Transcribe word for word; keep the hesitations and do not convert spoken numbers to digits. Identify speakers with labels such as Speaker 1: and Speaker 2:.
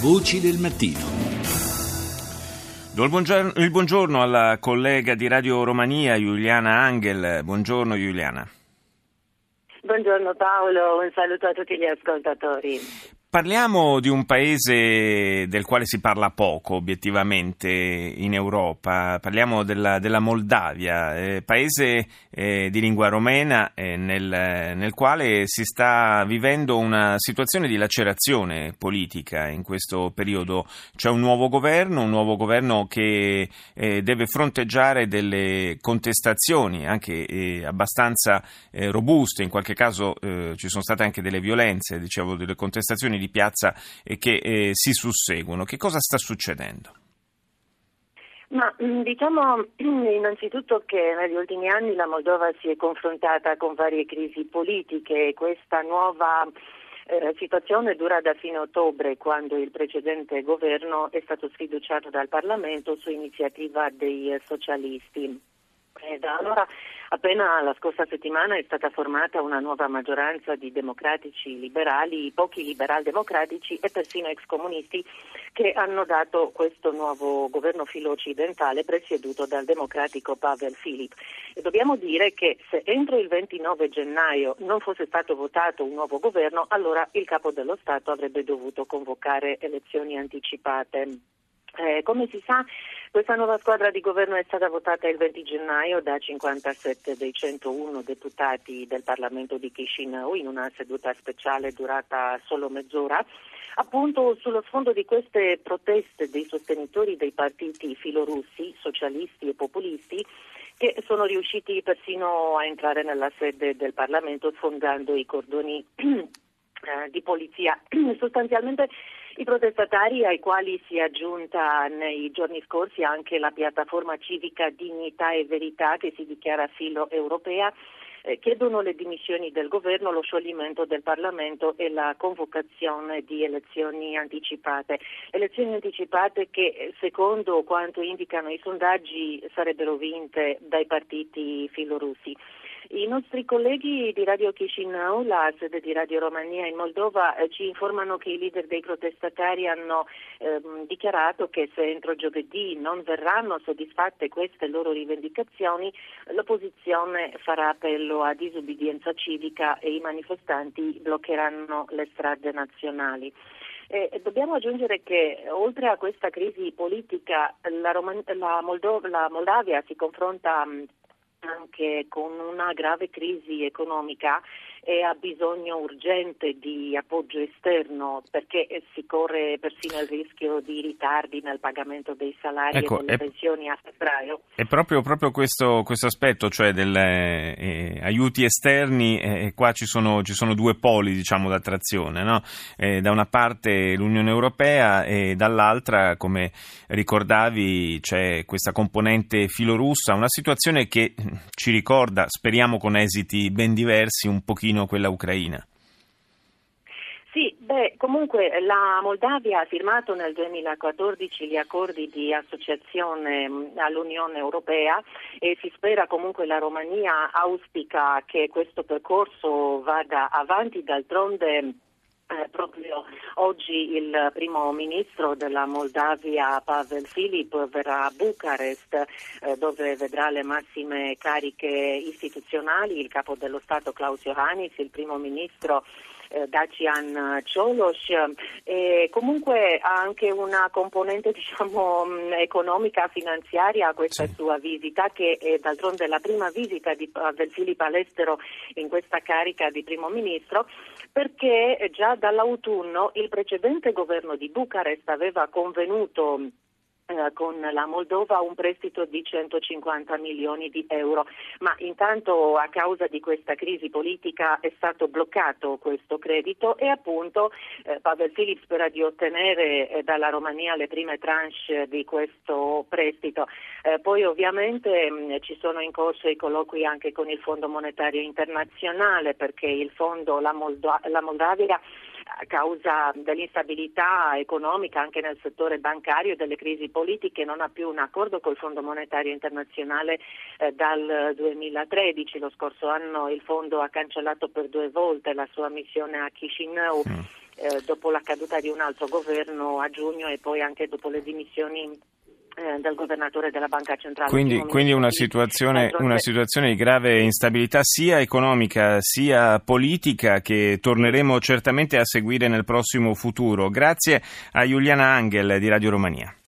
Speaker 1: Voci del mattino. Do il buongiorno, il buongiorno alla collega di Radio Romania, Iuliana Angel. Buongiorno Iuliana.
Speaker 2: Buongiorno Paolo, un saluto a tutti gli ascoltatori.
Speaker 1: Parliamo di un paese del quale si parla poco, obiettivamente, in Europa. Parliamo della, della Moldavia, eh, paese eh, di lingua romena eh, nel, nel quale si sta vivendo una situazione di lacerazione politica in questo periodo. C'è un nuovo governo, un nuovo governo che eh, deve fronteggiare delle contestazioni anche eh, abbastanza eh, robuste, in qualche caso eh, ci sono state anche delle violenze, dicevo, delle contestazioni di piazza eh, che eh, si susseguono. Che cosa sta succedendo?
Speaker 2: Ma diciamo innanzitutto che negli ultimi anni la Moldova si è confrontata con varie crisi politiche e questa nuova eh, situazione dura da fine ottobre, quando il precedente governo è stato sfiduciato dal Parlamento su iniziativa dei socialisti. E da allora, appena la scorsa settimana, è stata formata una nuova maggioranza di democratici liberali, pochi liberal-democratici e persino ex comunisti che hanno dato questo nuovo governo filo-occidentale presieduto dal democratico Pavel Filip. E dobbiamo dire che se entro il ventinove gennaio non fosse stato votato un nuovo governo, allora il capo dello Stato avrebbe dovuto convocare elezioni anticipate. Eh, come si sa, questa nuova squadra di governo è stata votata il venti gennaio da cinquantasette dei centouno deputati del Parlamento di Chișinău in una seduta speciale durata solo mezz'ora. Appunto sullo sfondo di queste proteste dei sostenitori dei partiti filorussi, socialisti e populisti, che sono riusciti persino a entrare nella sede del Parlamento sfondando i cordoni eh, di polizia. Sostanzialmente i protestatari, ai quali si è aggiunta nei giorni scorsi anche la piattaforma civica Dignità e Verità, che si dichiara filo europea, eh, chiedono le dimissioni del governo, lo scioglimento del Parlamento e la convocazione di elezioni anticipate. Elezioni anticipate che, secondo quanto indicano i sondaggi, sarebbero vinte dai partiti filorussi. I nostri colleghi di Radio Chișinău, la sede di Radio Romania in Moldova, eh, ci informano che i leader dei protestatari hanno ehm, dichiarato che se entro giovedì non verranno soddisfatte queste loro rivendicazioni, l'opposizione farà appello a disubbidienza civica e i manifestanti bloccheranno le strade nazionali. E dobbiamo aggiungere che oltre a questa crisi politica la, Roma- la, Moldo- la Moldavia si confronta anche con una grave crisi economica e ha bisogno urgente di appoggio esterno, perché si corre persino il rischio di ritardi nel pagamento dei salari ecco, e delle è, pensioni a febbraio.
Speaker 1: È proprio, proprio questo, questo aspetto, cioè degli eh, aiuti esterni, e eh, qua ci sono, ci sono due poli, diciamo, d'attrazione, no? Eh, da una parte l'Unione Europea e dall'altra, come ricordavi, c'è questa componente filorussa, una situazione che ci ricorda, speriamo con esiti ben diversi, un pochino quella ucraina.
Speaker 2: Sì, beh, comunque la Moldavia ha firmato nel duemilaquattordici gli accordi di associazione all'Unione Europea e si spera, comunque la Romania auspica che questo percorso vada avanti. D'altronde Eh, proprio oggi il primo ministro della Moldavia, Pavel Filip, verrà a Bucarest, eh, dove vedrà le massime cariche istituzionali, il capo dello Stato Klaus Iohannis, il primo ministro eh, Dacian Cioloș, e comunque ha anche una componente, diciamo, economica, finanziaria a questa sì. sua visita, che è d'altronde la prima visita di Pavel Filip all'estero in questa carica di primo ministro, perché già dall'autunno il precedente governo di Bucarest aveva convenuto eh, con la Moldova un prestito di centocinquanta milioni di euro, ma intanto a causa di questa crisi politica è stato bloccato questo credito e appunto eh, Pavel Filip spera di ottenere eh, dalla Romania le prime tranche di questo prestito. Eh, poi ovviamente mh, ci sono in corso i colloqui anche con il Fondo Monetario Internazionale, perché il fondo, la, Moldo- la Moldavia a causa dell'instabilità economica anche nel settore bancario e delle crisi politiche non ha più un accordo col Fondo Monetario Internazionale eh, dal duemilatredici. Lo scorso anno il fondo ha cancellato per due volte la sua missione a Chisinau. Mm. Eh, dopo la caduta di un altro governo a giugno e poi anche dopo le dimissioni eh, del governatore della Banca Centrale.
Speaker 1: Quindi, quindi una, situazione, una situazione di grave instabilità sia economica sia politica che torneremo certamente a seguire nel prossimo futuro. Grazie a Juliana Angel di Radio Romania.